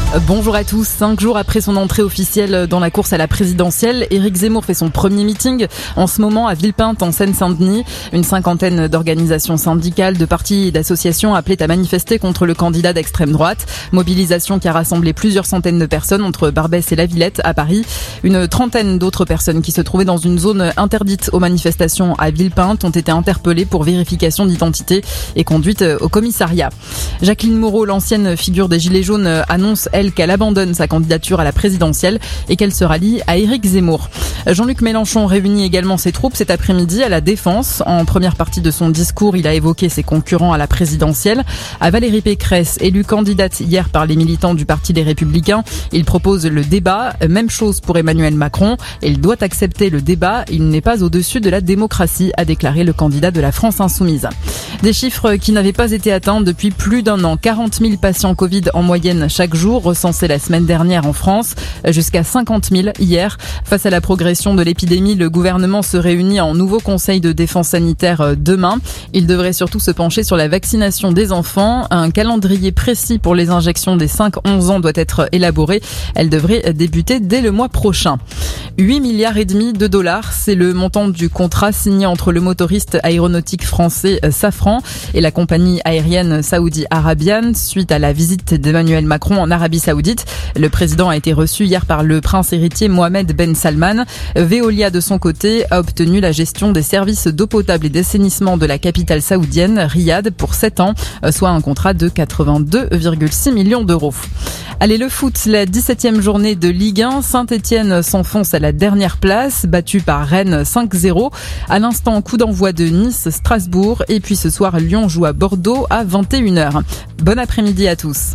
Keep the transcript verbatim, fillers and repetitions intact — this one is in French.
Bonjour à tous. Cinq jours après son entrée officielle dans la course à la présidentielle, Éric Zemmour fait son premier meeting en ce moment à Villepinte en Seine-Saint-Denis. Une cinquantaine d'organisations syndicales, de partis et d'associations appelaient à manifester contre le candidat d'extrême droite. Mobilisation qui a rassemblé plusieurs centaines de personnes entre Barbès et La Villette à Paris. Une trentaine d'autres personnes qui se trouvaient dans une zone interdite aux manifestations à Villepinte ont été interpellées pour vérification d'identité et conduite au commissariat. Jacqueline Moreau, l'ancienne figure des Gilets jaunes, annonce elle qu'elle abandonne sa candidature à la présidentielle et qu'elle se rallie à Éric Zemmour. Jean-Luc Mélenchon réunit également ses troupes cet après-midi à la Défense. En première partie de son discours, il a évoqué ses concurrents à la présidentielle. À Valérie Pécresse, élue candidate hier par les militants du Parti des Républicains, il propose le débat. Même chose pour Emmanuel Macron. Il doit accepter le débat. Il n'est pas au-dessus de la démocratie, a déclaré le candidat de la France Insoumise. Des chiffres qui n'avaient pas été atteints depuis plus d'un an. quarante mille patients Covid en moyenne chaque jour, recensés la semaine dernière en France, jusqu'à cinquante mille hier. Face à la progression de l'épidémie, le gouvernement se réunit en nouveau conseil de défense sanitaire demain. Il devrait surtout se pencher sur la vaccination des enfants. Un calendrier précis pour les injections des cinq à onze ans doit être élaboré. Elle devrait débuter dès le mois prochain. huit milliards et demi de dollars, c'est le montant du contrat signé entre le motoriste aéronautique français Safran et la compagnie aérienne Saudi Arabian suite à la visite d'Emmanuel Macron en Arabie Saoudite. Le président a été reçu hier par le prince héritier Mohamed Ben Salman. Veolia, de son côté, a obtenu la gestion des services d'eau potable et d'assainissement de la capitale saoudienne, Riyad, pour sept ans, soit un contrat de quatre-vingt-deux virgule six millions d'euros. Allez, le foot, la dix-septième journée de Ligue un. Saint-Etienne s'enfonce à la dernière place, battu par Rennes cinq zéro. À l'instant, coup d'envoi de Nice-Strasbourg. Et puis ce soir, Lyon joue à Bordeaux à vingt et une heures. Bon après-midi à tous.